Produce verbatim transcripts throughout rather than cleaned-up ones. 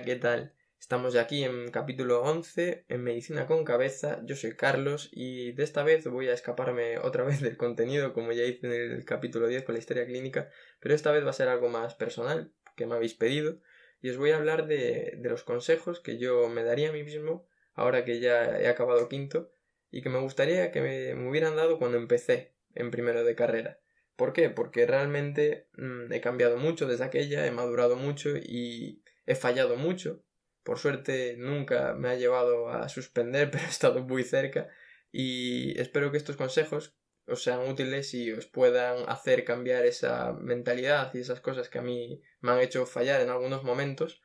¿qué tal? Estamos ya aquí en capítulo once, en Medicina con Cabeza. Yo soy Carlos y de esta vez voy a escaparme otra vez del contenido, como ya hice en el capítulo diez con la historia clínica, pero esta vez va a ser algo más personal, que me habéis pedido, y os voy a hablar de, de los consejos que yo me daría a mí mismo, ahora que ya he acabado quinto, y que me gustaría que me, me hubieran dado cuando empecé en primero de carrera. ¿Por qué? Porque realmente mmm, he cambiado mucho desde aquella, he madurado mucho y he fallado mucho. Por suerte nunca me ha llevado a suspender, pero he estado muy cerca y espero que estos consejos os sean útiles y os puedan hacer cambiar esa mentalidad y esas cosas que a mí me han hecho fallar en algunos momentos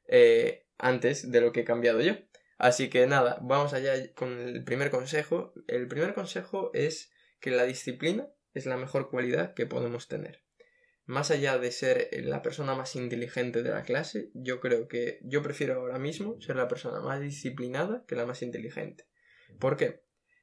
eh, antes de lo que he cambiado yo. Así que nada, vamos allá con el primer consejo. El primer consejo es que la disciplina es la mejor cualidad que podemos tener. Más allá de ser la persona más inteligente de la clase, yo creo que yo prefiero ahora mismo ser la persona más disciplinada que la más inteligente. ¿Por qué?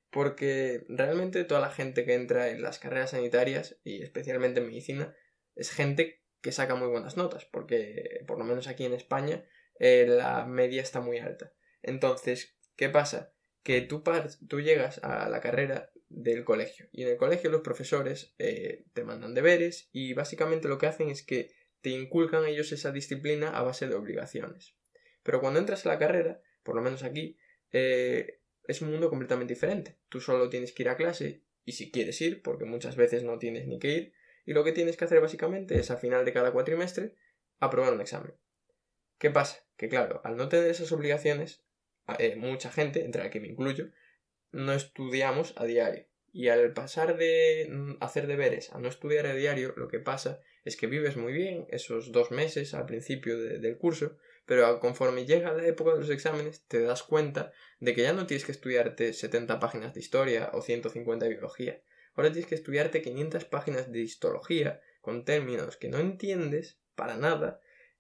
Porque realmente toda la gente que entra en las carreras sanitarias, y especialmente en medicina, es gente que saca muy buenas notas, porque por lo menos aquí en España eh, la media está muy alta. Entonces, ¿qué pasa? Que tú, tú llegas a la carrera del colegio y en el colegio los profesores eh, te mandan deberes y básicamente lo que hacen es que te inculcan ellos esa disciplina a base de obligaciones. Pero cuando entras a la carrera, por lo menos aquí, eh, es un mundo completamente diferente. Tú solo tienes que ir a clase y si quieres ir, porque muchas veces no tienes ni que ir, y lo que tienes que hacer básicamente es a final de cada cuatrimestre aprobar un examen. ¿Qué pasa? Que claro, al no tener esas obligaciones, eh, mucha gente, entre la que me incluyo, no estudiamos a diario. Y al pasar de hacer deberes a no estudiar a diario, lo que pasa es que vives muy bien esos dos meses al principio de, del curso, pero conforme llega la época de los exámenes te das cuenta de que ya no tienes que estudiarte setenta páginas de historia o ciento cincuenta de biología. Ahora tienes que estudiarte quinientas páginas de histología con términos que no entiendes para nada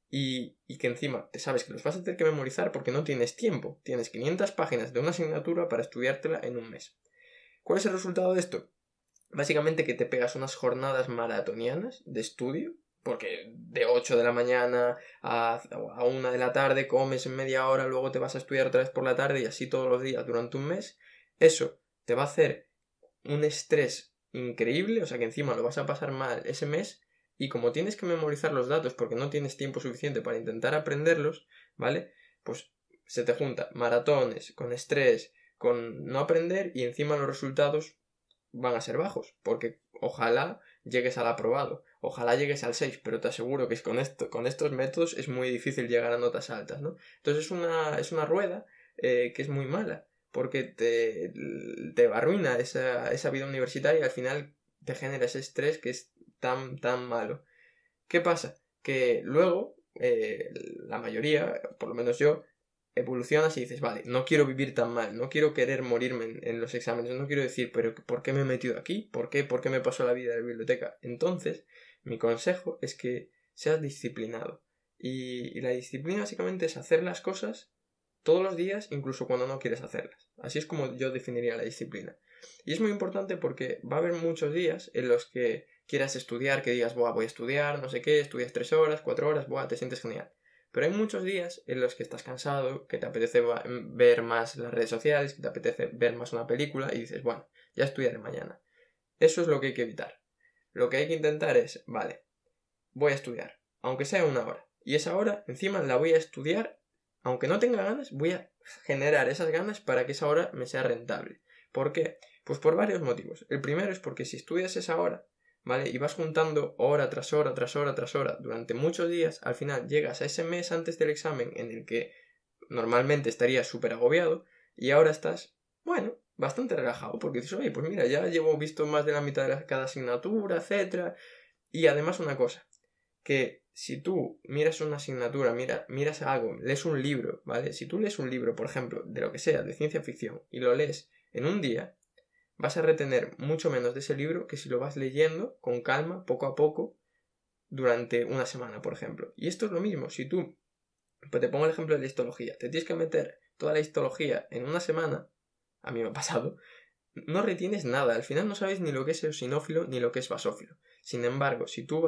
y, y que encima te sabes que los vas a tener que memorizar porque no tienes tiempo. Tienes quinientas páginas de una asignatura para estudiártela en un mes. ¿Cuál es el resultado de esto? Básicamente que te pegas unas jornadas maratonianas de estudio, porque de ocho de la mañana a, a una de la tarde comes en media hora, luego te vas a estudiar otra vez por la tarde y así todos los días durante un mes. Eso te va a hacer un estrés increíble, o sea que encima lo vas a pasar mal ese mes. Y como tienes que memorizar los datos porque no tienes tiempo suficiente para intentar aprenderlos, ¿vale? Pues se te junta maratones, con estrés, con no aprender y encima los resultados van a ser bajos. Porque ojalá llegues al aprobado, ojalá llegues al seis, pero te aseguro que con, esto, con estos métodos es muy difícil llegar a notas altas, ¿no? Entonces es una, es una rueda eh, que es muy mala porque te, te arruina esa, esa vida universitaria y al final te genera ese estrés que es tan, tan malo. ¿Qué pasa? Que luego, eh, la mayoría, por lo menos yo, evolucionas y dices, vale, no quiero vivir tan mal, no quiero querer morirme en, en los exámenes, no quiero decir, pero ¿por qué me he metido aquí? ¿Por qué? ¿Por qué me pasó la vida en la biblioteca? Entonces, mi consejo es que seas disciplinado. Y, y la disciplina básicamente es hacer las cosas todos los días, incluso cuando no quieres hacerlas. Así es como yo definiría la disciplina. Y es muy importante porque va a haber muchos días en los que quieras estudiar, que digas, buah, voy a estudiar, no sé qué, estudias tres horas, cuatro horas, buah, te sientes genial. Pero hay muchos días en los que estás cansado, que te apetece ver más las redes sociales, que te apetece ver más una película y dices, bueno, ya estudiaré mañana. Eso es lo que hay que evitar. Lo que hay que intentar es, vale, voy a estudiar, aunque sea una hora. Y esa hora, encima, la voy a estudiar, aunque no tenga ganas, voy a generar esas ganas para que esa hora me sea rentable. ¿Por qué? Pues por varios motivos. El primero es porque si estudias esa hora, ¿vale? Y vas juntando hora tras hora, tras hora, tras hora, durante muchos días, al final llegas a ese mes antes del examen en el que normalmente estarías súper agobiado y ahora estás, bueno, bastante relajado porque dices, oye, pues mira, ya llevo visto más de la mitad de cada asignatura, etcétera. Y además una cosa, que si tú miras una asignatura, mira, miras algo, lees un libro, ¿vale? Si tú lees un libro, por ejemplo, de lo que sea, de ciencia ficción, y lo lees en un día, vas a retener mucho menos de ese libro que si lo vas leyendo con calma, poco a poco, durante una semana, por ejemplo. Y esto es lo mismo, si tú, pues te pongo el ejemplo de la histología, te tienes que meter toda la histología en una semana, a mí me ha pasado, no retienes nada, al final no sabes ni lo que es eosinófilo ni lo que es basófilo. Sin embargo, si tú vas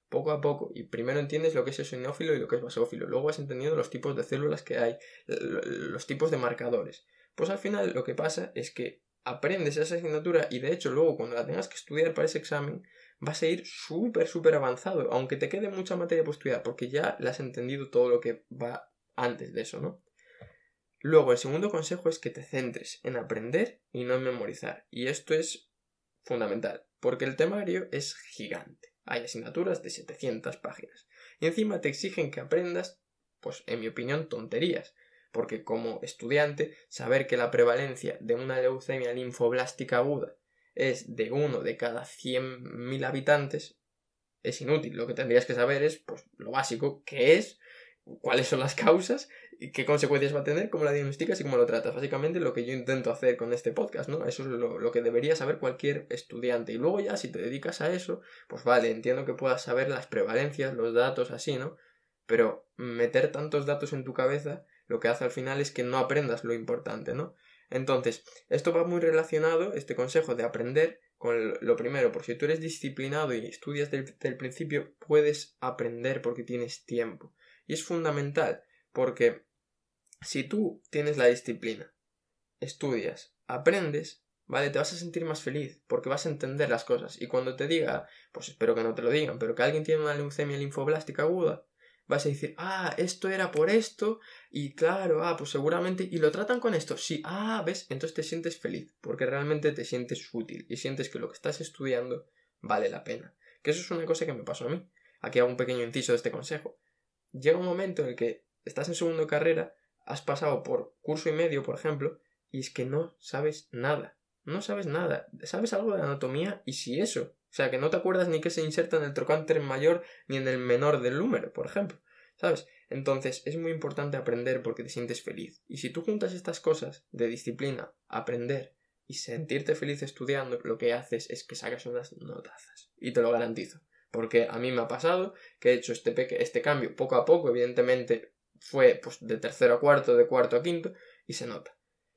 poco a poco, y primero entiendes lo que es eosinófilo y lo que es basófilo, luego vas entendiendo los tipos de células que hay, los tipos de marcadores. Pues al final lo que pasa es que aprendes esa asignatura y de hecho luego cuando la tengas que estudiar para ese examen vas a ir súper súper avanzado, aunque te quede mucha materia por estudiar, porque ya le has entendido todo lo que va antes de eso, ¿no? Luego, el segundo consejo es que te centres en aprender y no en memorizar. Y esto es fundamental, porque el temario es gigante. Hay asignaturas de setecientas páginas. Y encima te exigen que aprendas, pues en mi opinión, tonterías. Porque como estudiante, saber que la prevalencia de una leucemia linfoblástica aguda es de uno de cada cien mil habitantes es inútil. Lo que tendrías que saber es, pues, lo básico, qué es, cuáles son las causas y qué consecuencias va a tener, cómo la diagnosticas y cómo lo tratas. Básicamente lo que yo intento hacer con este podcast, ¿no? Eso es lo, lo que debería saber cualquier estudiante. Y luego ya, si te dedicas a eso, pues vale, entiendo que puedas saber las prevalencias, los datos, así, ¿no? Pero meter tantos datos en tu cabeza, lo que hace al final es que no aprendas lo importante, ¿no? Entonces, esto va muy relacionado, este consejo de aprender, con lo primero, por si tú eres disciplinado y estudias desde el principio, puedes aprender porque tienes tiempo. Y es fundamental, porque si tú tienes la disciplina, estudias, aprendes, ¿vale? Te vas a sentir más feliz, porque vas a entender las cosas. Y cuando te diga, pues espero que no te lo digan, pero que alguien tiene una leucemia linfoblástica aguda, vas a decir, ah, esto era por esto, y claro, ah, pues seguramente, y lo tratan con esto, sí, ah, ¿ves? Entonces te sientes feliz, porque realmente te sientes útil, y sientes que lo que estás estudiando vale la pena. Que eso es una cosa que me pasó a mí. Aquí hago un pequeño inciso de este consejo. Llega un momento en el que estás en segundo de carrera, has pasado por curso y medio, por ejemplo, y es que no sabes nada. No sabes nada. Sabes algo de anatomía y si eso. O sea, que no te acuerdas ni qué se inserta en el trocánter mayor ni en el menor del húmero, por ejemplo. ¿Sabes? Entonces es muy importante aprender porque te sientes feliz. Y si tú juntas estas cosas de disciplina, aprender y sentirte feliz estudiando, lo que haces es que sacas unas notazas. Y te lo garantizo. Porque a mí me ha pasado que he hecho este, peque- este cambio poco a poco, evidentemente fue pues de tercero a cuarto, de cuarto a quinto, y se nota.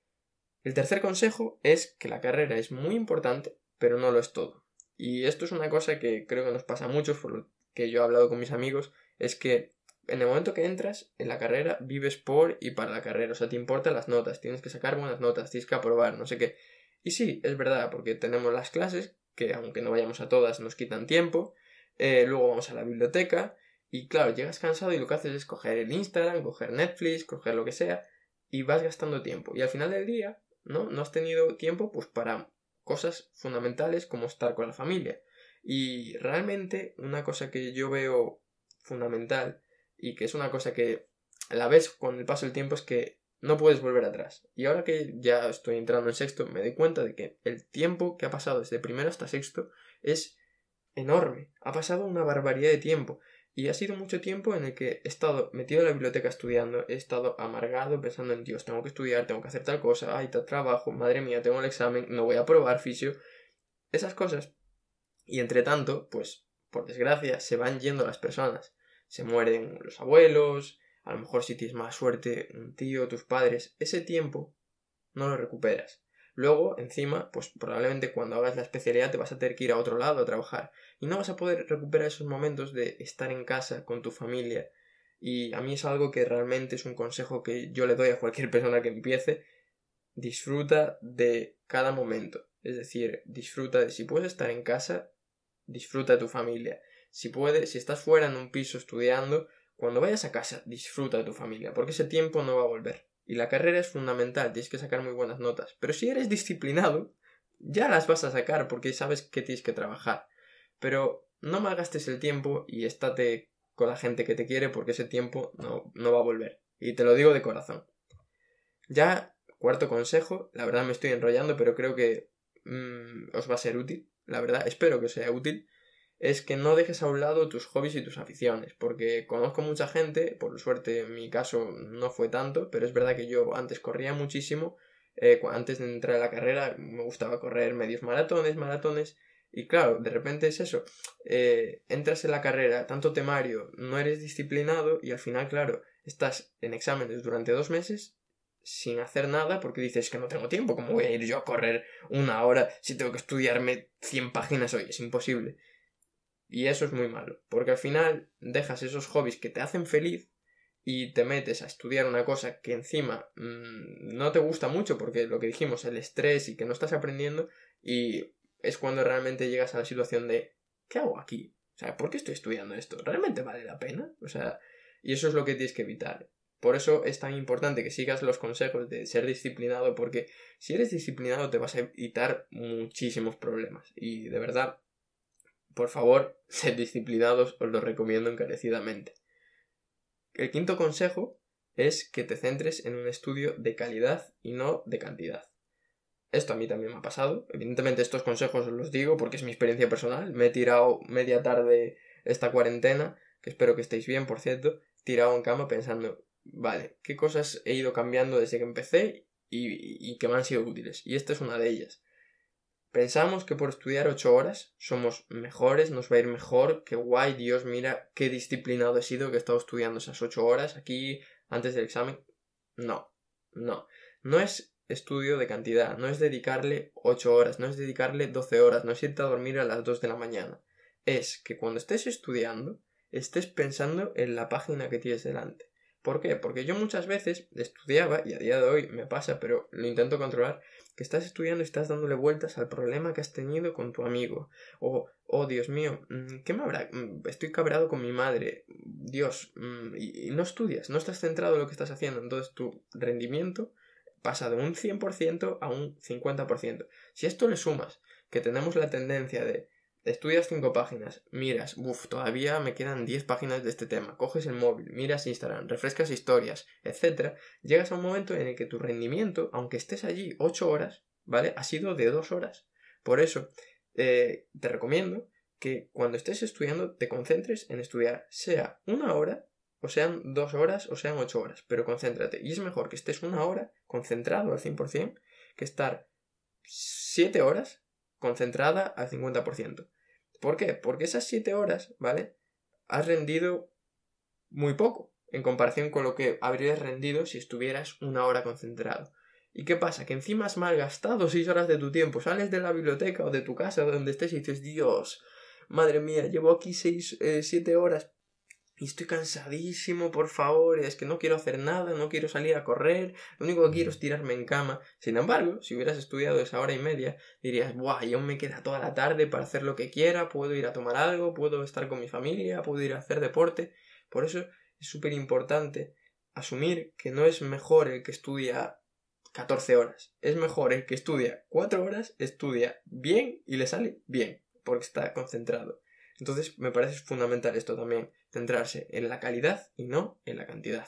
El tercer consejo es que la carrera es muy importante, pero no lo es todo. Y esto es una cosa que creo que nos pasa a muchos, por lo que yo he hablado con mis amigos, es que en el momento que entras en la carrera, vives por y para la carrera. O sea, te importan las notas, tienes que sacar buenas notas, tienes que aprobar, no sé qué. Y sí, es verdad, porque tenemos las clases, que aunque no vayamos a todas, nos quitan tiempo. Eh, luego vamos a la biblioteca. Y claro, llegas cansado y lo que haces es coger el Instagram, coger Netflix, coger lo que sea, y vas gastando tiempo. Y al final del día, ¿no? No has tenido tiempo pues para cosas fundamentales como estar con la familia. Y realmente una cosa que yo veo fundamental y que es una cosa que a la vez con el paso del tiempo es que no puedes volver atrás. Y ahora que ya estoy entrando en sexto me doy cuenta de que el tiempo que ha pasado desde primero hasta sexto es enorme. Ha pasado una barbaridad de tiempo. Y ha sido mucho tiempo en el que he estado metido en la biblioteca estudiando, he estado amargado pensando en Dios, tengo que estudiar, tengo que hacer tal cosa, ay, tal trabajo, madre mía, tengo el examen, no voy a probar fisio, esas cosas. Y entre tanto, pues, por desgracia, se van yendo las personas. Se mueren los abuelos, a lo mejor si tienes más suerte, un tío, tus padres. Ese tiempo no lo recuperas. Luego, encima, pues probablemente cuando hagas la especialidad te vas a tener que ir a otro lado a trabajar y no vas a poder recuperar esos momentos de estar en casa con tu familia. Y a mí es algo que realmente es un consejo que yo le doy a cualquier persona que empiece. Disfruta de cada momento. Es decir, disfruta de si puedes estar en casa, disfruta de tu familia. Si puedes, si estás fuera en un piso estudiando, cuando vayas a casa, disfruta de tu familia, porque ese tiempo no va a volver. Y la carrera es fundamental, tienes que sacar muy buenas notas. Pero si eres disciplinado, ya las vas a sacar porque sabes que tienes que trabajar. Pero no malgastes el tiempo y estate con la gente que te quiere porque ese tiempo no, no va a volver. Y te lo digo de corazón. Ya, cuarto consejo, la verdad me estoy enrollando, pero creo que mmm, os va a ser útil. La verdad, espero que os sea útil. Es que no dejes a un lado tus hobbies y tus aficiones, porque conozco mucha gente, por suerte en mi caso no fue tanto, pero es verdad que yo antes corría muchísimo, eh, antes de entrar a la carrera me gustaba correr medios maratones, maratones, y claro, de repente es eso, eh, entras en la carrera, tanto temario, no eres disciplinado y al final, claro, estás en exámenes durante dos meses sin hacer nada porque dices que no tengo tiempo, ¿cómo voy a ir yo a correr una hora si tengo que estudiarme cien páginas hoy? Es imposible. Y eso es muy malo, porque al final dejas esos hobbies que te hacen feliz y te metes a estudiar una cosa que encima mmm, no te gusta mucho, porque lo que dijimos, el estrés y que no estás aprendiendo, y es cuando realmente llegas a la situación de ¿qué hago aquí? O sea, ¿por qué estoy estudiando esto? ¿Realmente vale la pena? O sea, y eso es lo que tienes que evitar. Por eso es tan importante que sigas los consejos de ser disciplinado, porque si eres disciplinado te vas a evitar muchísimos problemas. Y de verdad, por favor, sed disciplinados, os lo recomiendo encarecidamente. El quinto consejo es que te centres en un estudio de calidad y no de cantidad. Esto a mí también me ha pasado. Evidentemente estos consejos os los digo porque es mi experiencia personal. Me he tirado media tarde esta cuarentena, que espero que estéis bien, por cierto, tirado en cama pensando, vale, ¿qué cosas he ido cambiando desde que empecé y, y que me han sido útiles? Y esta es una de ellas. Pensamos que por estudiar ocho horas somos mejores, nos va a ir mejor, que guay, Dios, mira qué disciplinado he sido que he estado estudiando esas ocho horas aquí antes del examen. No, no, no es estudio de cantidad, no es dedicarle ocho horas, no es dedicarle doce horas, no es irte a dormir a las dos de la mañana. Es que cuando estés estudiando, estés pensando en la página que tienes delante. ¿Por qué? Porque yo muchas veces estudiaba, y a día de hoy me pasa, pero lo intento controlar, que estás estudiando y estás dándole vueltas al problema que has tenido con tu amigo. O, oh Dios mío, ¿qué me habrá? Estoy cabreado con mi madre. Dios, y, y no estudias, no estás centrado en lo que estás haciendo. Entonces tu rendimiento pasa de un cien por ciento a un cincuenta por ciento. Si a esto le sumas que tenemos la tendencia de estudias cinco páginas, miras, uff, todavía me quedan diez páginas de este tema, coges el móvil, miras Instagram, refrescas historias, etcétera, llegas a un momento en el que tu rendimiento, aunque estés allí ocho horas, ¿vale? Ha sido de dos horas. Por eso, eh, te recomiendo que cuando estés estudiando te concentres en estudiar, sea una hora, o sean dos horas, o sean ocho horas, pero concéntrate. Y es mejor que estés una hora concentrado al cien por ciento que estar siete horas concentrada al cincuenta por ciento. ¿Por qué? Porque esas siete horas, ¿vale? Has rendido muy poco en comparación con lo que habrías rendido si estuvieras una hora concentrado. ¿Y qué pasa? Que encima has malgastado seis horas de tu tiempo. Sales de la biblioteca o de tu casa o donde estés y dices, Dios, madre mía, llevo aquí seis, eh, siete horas y estoy cansadísimo, por favor, es que no quiero hacer nada, no quiero salir a correr, lo único que quiero es tirarme en cama. Sin embargo, si hubieras estudiado esa hora y media, dirías, buah, y aún me queda toda la tarde para hacer lo que quiera, puedo ir a tomar algo, puedo estar con mi familia, puedo ir a hacer deporte. Por eso es súper importante asumir que no es mejor el que estudia catorce horas, es mejor el que estudia cuatro horas, estudia bien y le sale bien, porque está concentrado. Entonces me parece fundamental esto también, centrarse en la calidad y no en la cantidad.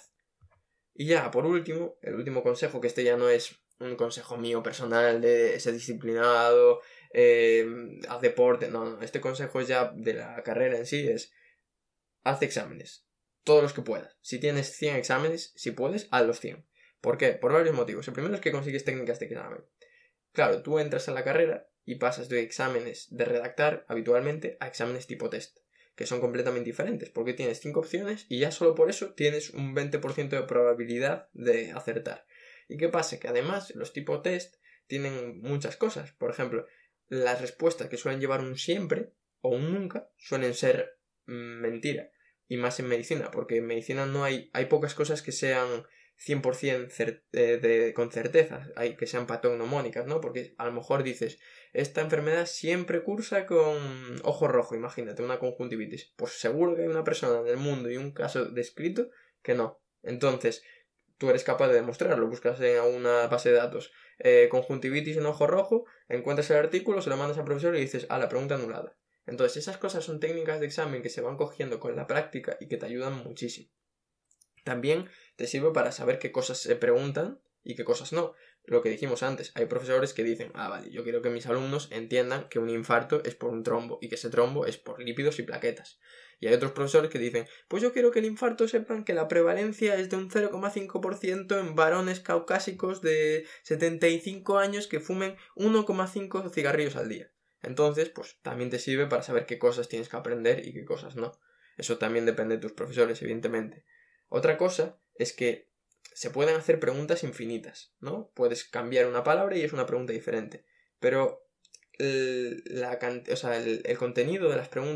Y ya, por último, el último consejo, que este ya no es un consejo mío personal de ser disciplinado, eh, haz deporte, no, no, este consejo ya de la carrera en sí es, haz exámenes, todos los que puedas. Si tienes cien exámenes, si puedes, haz los cien. ¿Por qué? Por varios motivos. El primero es que consigues técnicas de examen. Claro, tú entras en la carrera y pasas de exámenes de redactar habitualmente a exámenes tipo test, que son completamente diferentes, porque tienes cinco opciones y ya solo por eso tienes un veinte por ciento de probabilidad de acertar. ¿Y qué pasa? Que además los tipo test tienen muchas cosas. Por ejemplo, las respuestas que suelen llevar un siempre o un nunca suelen ser mmm, mentira. Y más en medicina, porque en medicina no hay, hay pocas cosas que sean cien por ciento cer- eh, de, con certeza, hay que sean patognomónicas, ¿no? Porque a lo mejor dices, esta enfermedad siempre cursa con ojo rojo, imagínate, una conjuntivitis. Pues seguro que hay una persona en el mundo y un caso descrito que no. Entonces, tú eres capaz de demostrarlo, buscas en alguna base de datos eh, conjuntivitis en ojo rojo, encuentras el artículo, se lo mandas al profesor y dices, ah, la pregunta anulada. Entonces, esas cosas son técnicas de examen que se van cogiendo con la práctica y que te ayudan muchísimo. También te sirve para saber qué cosas se preguntan y qué cosas no. Lo que dijimos antes, hay profesores que dicen, ah, vale, yo quiero que mis alumnos entiendan que un infarto es por un trombo y que ese trombo es por lípidos y plaquetas. Y hay otros profesores que dicen, pues yo quiero que el infarto sepan que la prevalencia es de un cero coma cinco por ciento en varones caucásicos de setenta y cinco años que fumen uno coma cinco cigarrillos al día. Entonces, pues también te sirve para saber qué cosas tienes que aprender y qué cosas no. Eso también depende de tus profesores, evidentemente. Otra cosa es que se pueden hacer preguntas infinitas, ¿no? Puedes cambiar una palabra y es una pregunta diferente. Pero el, la, o sea, el, el contenido de las preguntas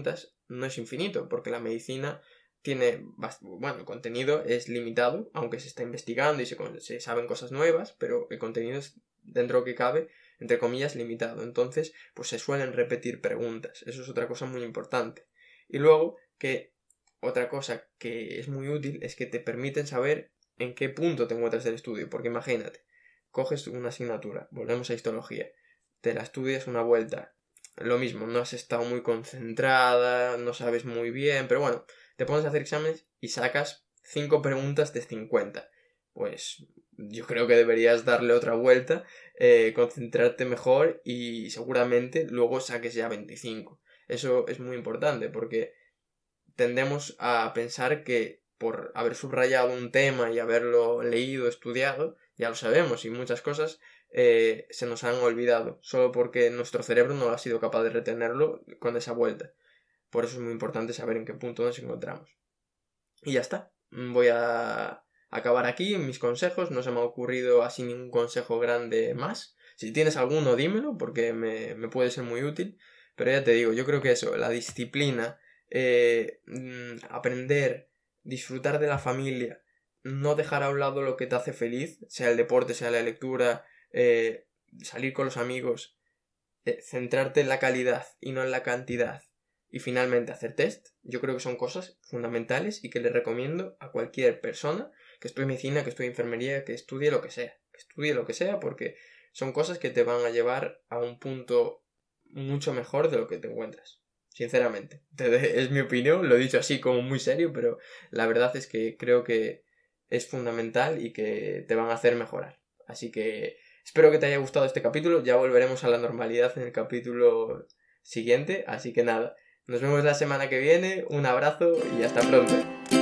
no es infinito, porque la medicina tiene, bueno, el contenido es limitado, aunque se está investigando y se, se saben cosas nuevas, pero el contenido es, dentro de lo que cabe, entre comillas, limitado. Entonces, pues se suelen repetir preguntas. Eso es otra cosa muy importante. Y luego, que otra cosa que es muy útil es que te permiten saber en qué punto te encuentras del estudio. Porque imagínate, coges una asignatura, volvemos a histología, te la estudias una vuelta, lo mismo, no has estado muy concentrada, no sabes muy bien, pero bueno, te pones a hacer exámenes y sacas cinco preguntas de cincuenta. Pues yo creo que deberías darle otra vuelta, eh, concentrarte mejor y seguramente luego saques ya veinticinco. Eso es muy importante porque tendemos a pensar que por haber subrayado un tema y haberlo leído, estudiado, ya lo sabemos y muchas cosas eh, se nos han olvidado solo porque nuestro cerebro no ha sido capaz de retenerlo con esa vuelta. Por eso es muy importante saber en qué punto nos encontramos. Y ya está. Voy a acabar aquí mis consejos. No se me ha ocurrido así ningún consejo grande más. Si tienes alguno, dímelo, porque me, me puede ser muy útil. Pero ya te digo, yo creo que eso, la disciplina, eh, aprender, disfrutar de la familia, no dejar a un lado lo que te hace feliz, sea el deporte, sea la lectura, eh, salir con los amigos, eh, centrarte en la calidad y no en la cantidad. Y finalmente hacer test, yo creo que son cosas fundamentales y que le recomiendo a cualquier persona que estudie medicina, que estudie enfermería, que estudie lo que sea, que estudie lo que sea, porque son cosas que te van a llevar a un punto mucho mejor de lo que te encuentras, sinceramente. Es mi opinión, lo he dicho así como muy serio, pero la verdad es que creo que es fundamental y que te van a hacer mejorar. Así que espero que te haya gustado este capítulo, ya volveremos a la normalidad en el capítulo siguiente, así que nada. Nos vemos la semana que viene, un abrazo y hasta pronto.